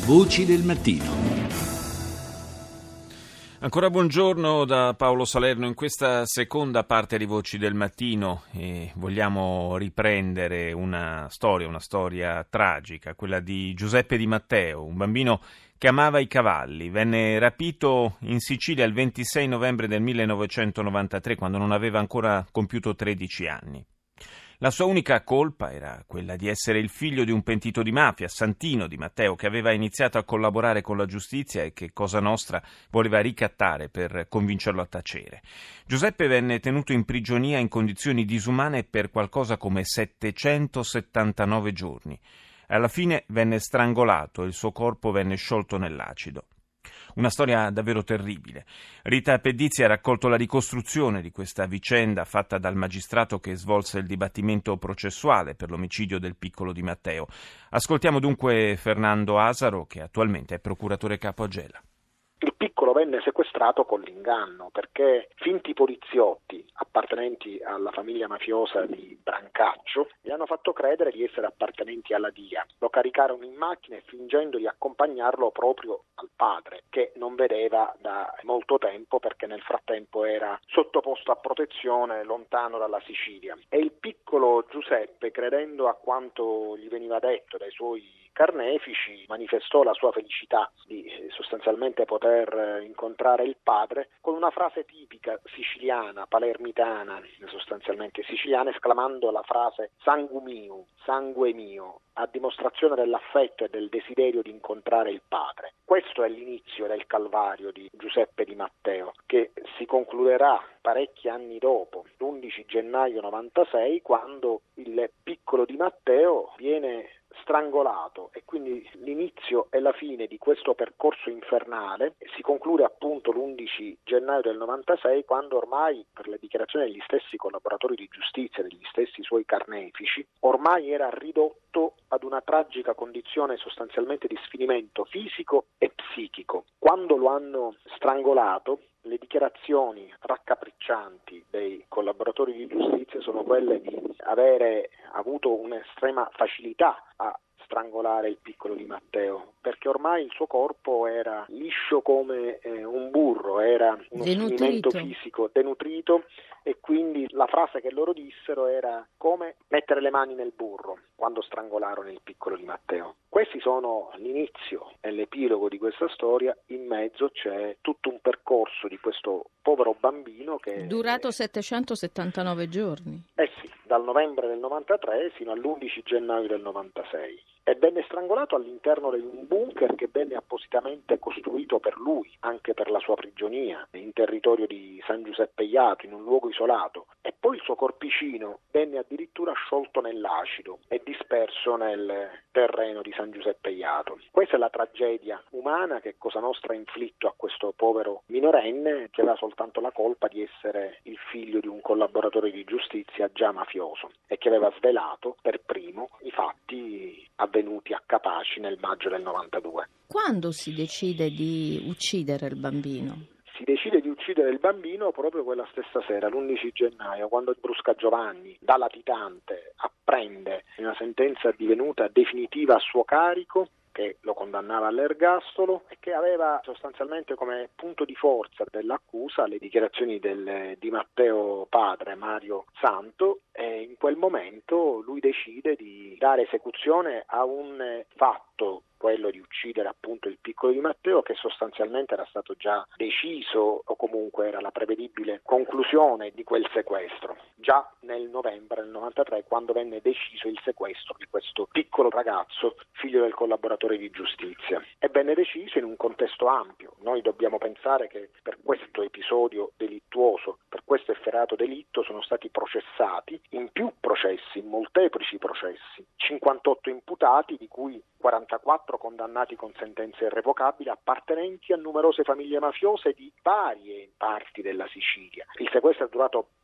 Voci del mattino. Ancora buongiorno da Paolo Salerno. In questa seconda parte di Voci del Mattino vogliamo riprendere una storia tragica, quella di Giuseppe Di Matteo, un bambino che amava i cavalli. Venne rapito in Sicilia il 26 novembre del 1993, quando non aveva ancora compiuto 13 anni. La sua unica colpa era quella di essere il figlio di un pentito di mafia, Santino Di Matteo, che aveva iniziato a collaborare con la giustizia e che Cosa Nostra voleva ricattare per convincerlo a tacere. Giuseppe venne tenuto in prigionia in condizioni disumane per qualcosa come 779 giorni. Alla fine venne strangolato e il suo corpo venne sciolto nell'acido. Una storia davvero terribile. Rita Pedizzi ha raccolto la ricostruzione di questa vicenda fatta dal magistrato che svolse il dibattimento processuale per l'omicidio del piccolo Di Matteo. Ascoltiamo dunque Fernando Asaro, che attualmente è procuratore capo a Gela. Il piccolo venne sequestrato con l'inganno perché finti poliziotti appartenenti alla famiglia mafiosa di Brancaccio gli hanno fatto credere di essere appartenenti alla DIA. Lo caricarono in macchina e fingendo di accompagnarlo proprio al padre, che non vedeva da molto tempo perché nel frattempo era sottoposto a protezione lontano dalla Sicilia. E il piccolo Giuseppe, credendo a quanto gli veniva detto dai suoi carnefici, manifestò la sua felicità di sostanzialmente poter incontrare il padre con una frase tipica siciliana, palermitana, sostanzialmente siciliana, esclamando la frase sangue mio, a dimostrazione dell'affetto e del desiderio di incontrare il padre. Questo è l'inizio del calvario di Giuseppe Di Matteo, che si concluderà parecchi anni dopo, l'11 gennaio 96, quando il piccolo Di Matteo viene strangolato, e quindi l'inizio e la fine di questo percorso infernale si conclude appunto l'11 gennaio del 96, quando ormai, per le dichiarazioni degli stessi collaboratori di giustizia, degli stessi suoi carnefici, ormai era ridotto ad una tragica condizione sostanzialmente di sfinimento fisico e psichico. Quando lo hanno strangolato, le dichiarazioni raccapriccianti dei collaboratori di giustizia sono quelle di avere avuto un'estrema facilità a strangolare il piccolo Di Matteo, perché ormai il suo corpo era liscio come un burro, era uno sfinimento fisico denutrito, e quindi la frase che loro dissero era come mettere le mani nel burro quando strangolarono il piccolo Di Matteo. Questi sono l'inizio e l'epilogo di questa storia. In mezzo c'è tutto un percorso di questo povero bambino che durato 779 giorni. Sì, dal novembre del 93 fino all'11 gennaio del 96. E venne strangolato all'interno di un bunker che venne appositamente costruito per lui, anche per la sua prigionia, in territorio di San Giuseppe Jato, in un luogo isolato. E poi il suo corpicino venne addirittura sciolto nell'acido e disperso nel terreno di San Giuseppe Jato. Questa è la tragedia umana che Cosa Nostra ha inflitto a questo povero minorenne, che aveva soltanto la colpa di essere il figlio di un collaboratore di giustizia già mafioso e che aveva svelato per primo i fatti avvenuti a Capaci nel maggio del 92. Quando si decide di uccidere il bambino? Si decide di uccidere il bambino proprio quella stessa sera, l'11 gennaio, quando Brusca Giovanni, da latitante, apprende una sentenza divenuta definitiva a suo carico, che lo condannava all'ergastolo e che aveva sostanzialmente come punto di forza dell'accusa le dichiarazioni del Di Matteo padre, Mario Santo, e in quel momento lui decide di dare esecuzione a un fatto, quello di uccidere appunto il piccolo Di Matteo, che sostanzialmente era stato già deciso, o comunque era la prevedibile conclusione di quel sequestro, già nel novembre del 93, quando venne deciso il sequestro di questo piccolo ragazzo, figlio del collaboratore di giustizia, e venne deciso in un contesto ampio. Noi dobbiamo pensare che per questo episodio delittuoso, per questo efferato delitto, sono stati processati in più processi, in molteplici processi, 58 imputati, di cui 44 condannati con sentenze irrevocabili, appartenenti a numerose famiglie mafiose di varie parti della Sicilia. Il sequestro è durato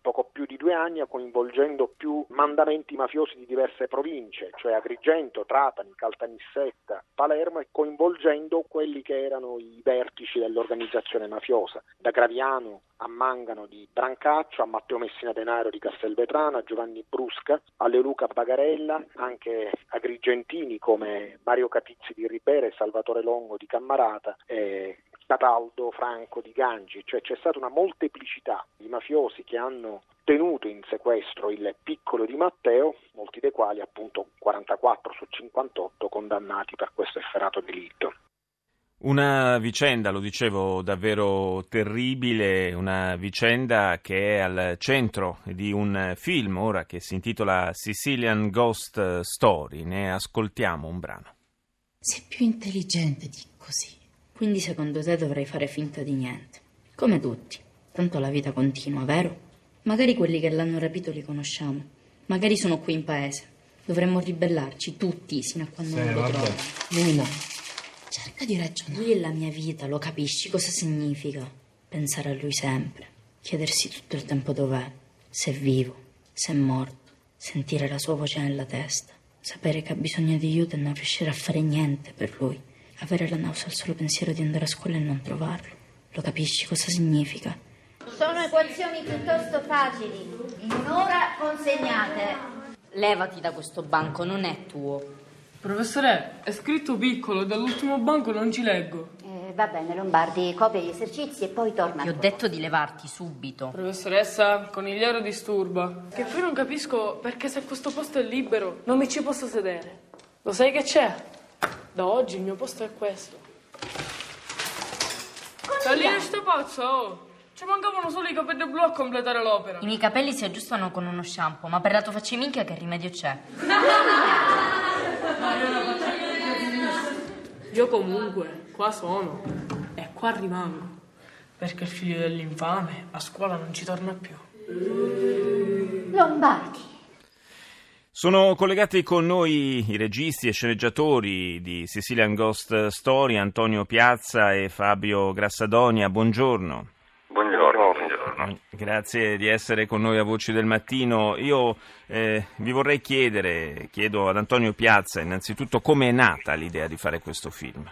poco più di 2 anni, coinvolgendo più mandamenti mafiosi di diverse province, cioè Agrigento, Trapani, Caltanissetta, Palermo, e coinvolgendo quelli che erano i vertici dell'organizzazione mafiosa, da Graviano a Mangano di Brancaccio, a Matteo Messina Denaro di Castelvetrano, a Giovanni Brusca, a Leoluca Bagarella, anche agrigentini come Mario Catizzi di Ribera e Salvatore Longo di Cammarata, e Cataldo Franco di Gangi. Cioè c'è stata una molteplicità di mafiosi che hanno tenuto in sequestro il piccolo Di Matteo, molti dei quali appunto 44 su 58 condannati per questo efferato delitto. Una vicenda, lo dicevo, davvero terribile, una vicenda che è al centro di un film ora che si intitola Sicilian Ghost Story. Ne ascoltiamo un brano. Sei più intelligente di così. Quindi secondo te dovrei fare finta di niente. Come tutti. Tanto la vita continua, vero? Magari quelli che l'hanno rapito li conosciamo. Magari sono qui in paese. Dovremmo ribellarci tutti sino a quando non lo trovano. Lui no. Cerca di ragionare. Lui è la mia vita, lo capisci cosa significa? Pensare a lui sempre. Chiedersi tutto il tempo dov'è. Se è vivo, se è morto. Sentire la sua voce nella testa. Sapere che ha bisogno di aiuto e non riuscire a fare niente per lui. Avere la nausea al solo pensiero di andare a scuola e non trovarlo. Lo capisci cosa significa? Sono equazioni piuttosto facili, in un'ora consegnate. Levati da questo banco, non è tuo. Professore, è scritto piccolo, dall'ultimo banco non ci leggo. Va bene, Lombardi, copia gli esercizi e poi torna. Ti ho detto di levarti subito. Professoressa, conigliaro disturba. Che poi non capisco perché se questo posto è libero non mi ci posso sedere. Lo sai che c'è? Da oggi il mio posto è questo. Salire sto pazzo, oh! Ci mancavano solo i capelli blu a completare l'opera. I miei capelli si aggiustano con uno shampoo, ma per la tua faccia minchia che rimedio c'è? Io comunque qua sono e qua rimango, perché il figlio dell'infame a scuola non ci torna più. Lombardi. Sono collegati con noi i registi e sceneggiatori di Sicilian Ghost Story, Antonio Piazza e Fabio Grassadonia. Buongiorno. Buongiorno. Grazie di essere con noi a Voci del Mattino. Io vi vorrei chiedo ad Antonio Piazza innanzitutto come è nata l'idea di fare questo film.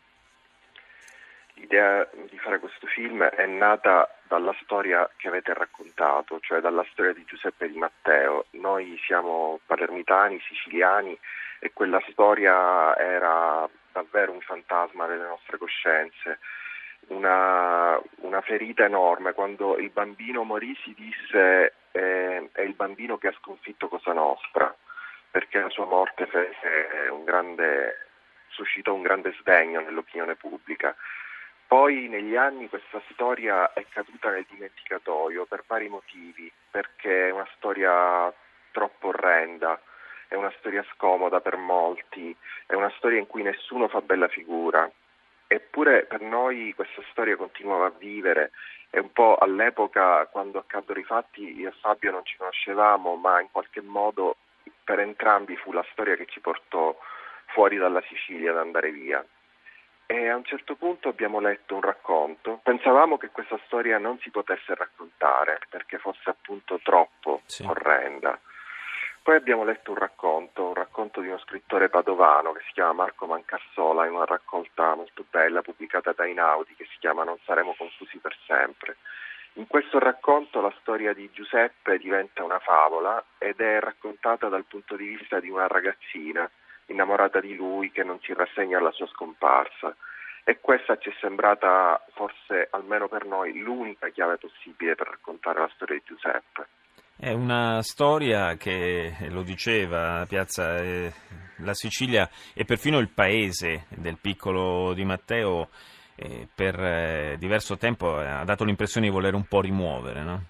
L'idea di fare questo film è nata dalla storia che avete raccontato, cioè dalla storia di Giuseppe Di Matteo. Noi siamo palermitani, siciliani, e quella storia era davvero un fantasma delle nostre coscienze. Una ferita enorme. Quando il bambino morì si disse è il bambino che ha sconfitto Cosa Nostra, perché la sua morte suscitò un grande sdegno nell'opinione pubblica. Poi negli anni questa storia è caduta nel dimenticatoio per vari motivi, perché è una storia troppo orrenda, è una storia scomoda per molti, è una storia in cui nessuno fa bella figura. Eppure per noi questa storia continuava a vivere, e un po' all'epoca, quando accaddero i fatti, io e Fabio non ci conoscevamo, ma in qualche modo per entrambi fu la storia che ci portò fuori dalla Sicilia ad andare via. E a un certo punto abbiamo letto un racconto, pensavamo che questa storia non si potesse raccontare perché fosse appunto troppo orrenda. Poi abbiamo letto un racconto di uno scrittore padovano che si chiama Marco Mancassola, in una raccolta molto bella pubblicata da Einaudi che si chiama Non saremo confusi per sempre. In questo racconto la storia di Giuseppe diventa una favola ed è raccontata dal punto di vista di una ragazzina innamorata di lui che non si rassegna alla sua scomparsa. E questa ci è sembrata, forse almeno per noi, l'unica chiave possibile per raccontare la storia di Giuseppe. È una storia che, lo diceva Piazza, la Sicilia e perfino il paese del piccolo Di Matteo per diverso tempo ha dato l'impressione di voler un po' rimuovere, no?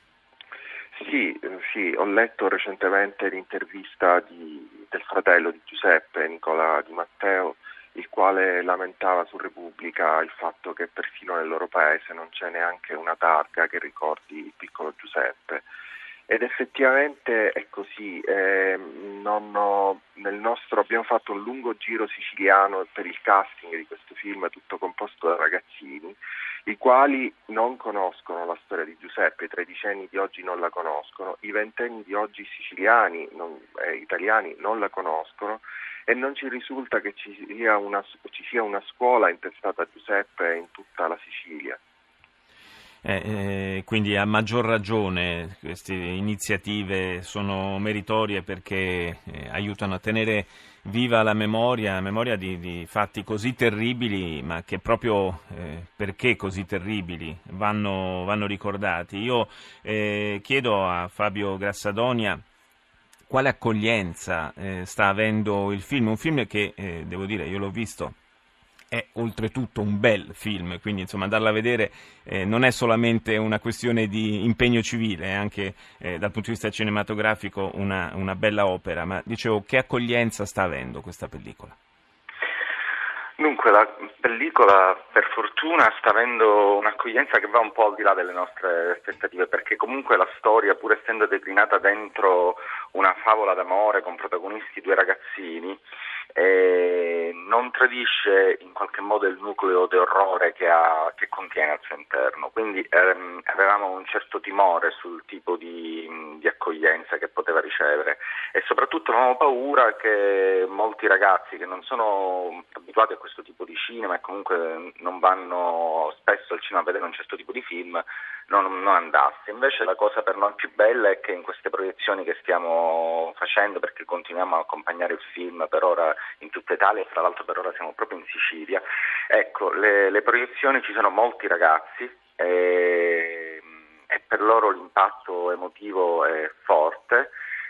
Sì, ho letto recentemente l'intervista del fratello di Giuseppe, Nicola Di Matteo, il quale lamentava su Repubblica il fatto che perfino nel loro paese non c'è neanche una targa che ricordi il piccolo Giuseppe. Ed effettivamente è così, abbiamo fatto un lungo giro siciliano per il casting di questo film, tutto composto da ragazzini, i quali non conoscono la storia di Giuseppe, i tredicenni di oggi non la conoscono, i ventenni di oggi siciliani, italiani non la conoscono, e non ci risulta che ci sia una scuola intestata a Giuseppe in tutta la Sicilia. Quindi a maggior ragione queste iniziative sono meritorie perché aiutano a tenere viva la memoria di fatti così terribili, ma che proprio perché così terribili vanno ricordati. Io chiedo a Fabio Grassadonia quale accoglienza sta avendo il film, un film che, devo dire, io l'ho visto, è oltretutto un bel film, quindi insomma andarla a vedere non è solamente una questione di impegno civile, è anche dal punto di vista cinematografico una bella opera, ma dicevo, che accoglienza sta avendo questa pellicola? Dunque, la pellicola per fortuna sta avendo un'accoglienza che va un po' al di là delle nostre aspettative, perché comunque la storia, pur essendo declinata dentro una favola d'amore con protagonisti due ragazzini, non tradisce in qualche modo il nucleo di orrore che contiene al suo interno, quindi avevamo un certo timore sul tipo di accoglienza che poteva ricevere, e soprattutto avevamo paura che molti ragazzi che non sono abituati a questo tipo di cinema e comunque non vanno spesso al cinema a vedere un certo tipo di film non andasse. Invece la cosa per noi più bella è che in queste proiezioni che stiamo facendo, perché continuiamo a accompagnare il film per ora in tutta Italia e tra l'altro per ora siamo proprio in Sicilia, ecco, le proiezioni ci sono molti ragazzi e per loro l'impatto emotivo è forte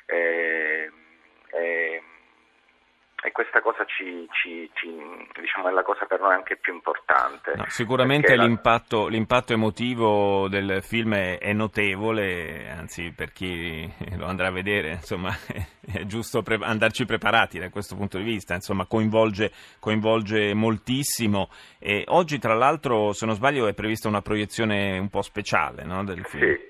e questa cosa diciamo, è la cosa per noi anche più importante. No, sicuramente l'impatto emotivo del film è notevole, anzi per chi lo andrà a vedere, insomma, è giusto andarci preparati da questo punto di vista, insomma, coinvolge moltissimo, e oggi tra l'altro, se non sbaglio, è prevista una proiezione un po' speciale, no, del film. Sì,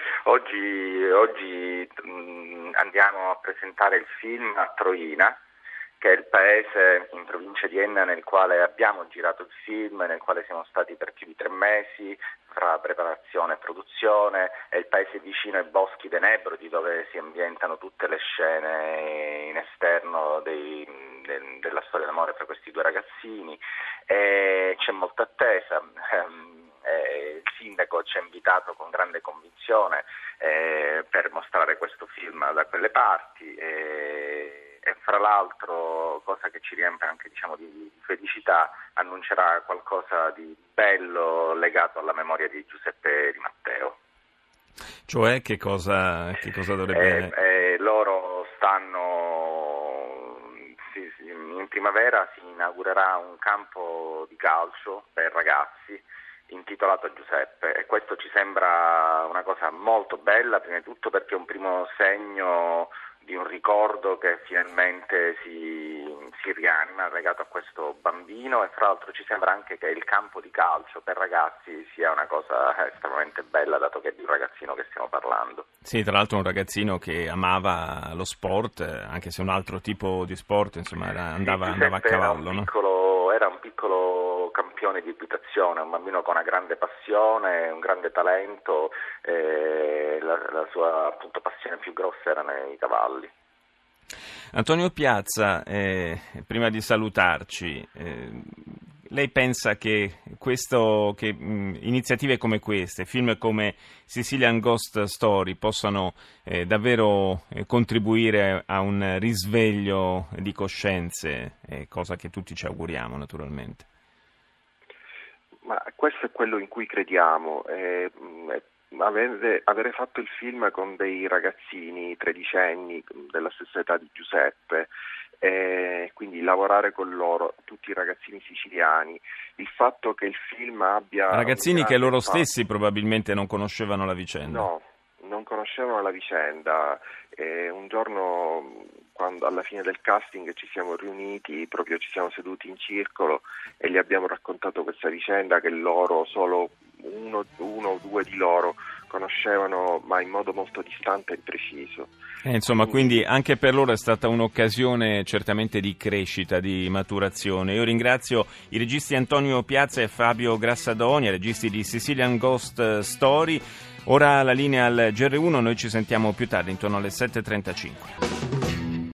oggi andiamo a presentare il film a Troina, che è il paese in provincia di Enna nel quale abbiamo girato il film, nel quale siamo stati per più di 3 mesi, fra preparazione e produzione. È il paese vicino ai boschi dei Nebrodi, dove si ambientano tutte le scene in esterno della storia d'amore fra questi due ragazzini. C'è molta attesa. Il sindaco ci ha invitato con grande convinzione per mostrare questo film da quelle parti. E fra l'altro, cosa che ci riempie anche, diciamo, di felicità, annuncerà qualcosa di bello legato alla memoria di Giuseppe Di Matteo. Cioè, che cosa dovrebbe... Loro stanno... in primavera si inaugurerà un campo di calcio per ragazzi intitolato a Giuseppe, e questo ci sembra una cosa molto bella, prima di tutto perché è un primo segno di un ricordo che finalmente si rianima legato a questo bambino, e fra l'altro ci sembra anche che il campo di calcio per ragazzi sia una cosa estremamente bella, dato che è di un ragazzino che stiamo parlando. Sì, tra l'altro un ragazzino che amava lo sport, anche se un altro tipo di sport, insomma, andava a cavallo, no? Era un piccolo campione di equitazione, un bambino con una grande passione, un grande talento, la sua appunto passione più grossa era nei cavalli. Antonio Piazza, prima di salutarci, lei pensa che iniziative come queste, film come Sicilian Ghost Story, possano davvero contribuire a un risveglio di coscienze, cosa che tutti ci auguriamo naturalmente? Ma questo è quello in cui crediamo. Avere fatto il film con dei ragazzini tredicenni della stessa età di Giuseppe, quindi lavorare con loro, tutti i ragazzini siciliani, il fatto che il film abbia... Ragazzini che loro stessi probabilmente non conoscevano la vicenda. No, non conoscevano la vicenda. Un giorno, quando alla fine del casting ci siamo riuniti, proprio ci siamo seduti in circolo e gli abbiamo raccontato questa vicenda, che loro, solo uno o due di loro conoscevano ma in modo molto distante e impreciso. Insomma, quindi anche per loro è stata un'occasione certamente di crescita, di maturazione. Io ringrazio i registi Antonio Piazza e Fabio Grassadonia, registi di Sicilian Ghost Story. Ora la linea al GR1, noi ci sentiamo più tardi, intorno alle 7:35.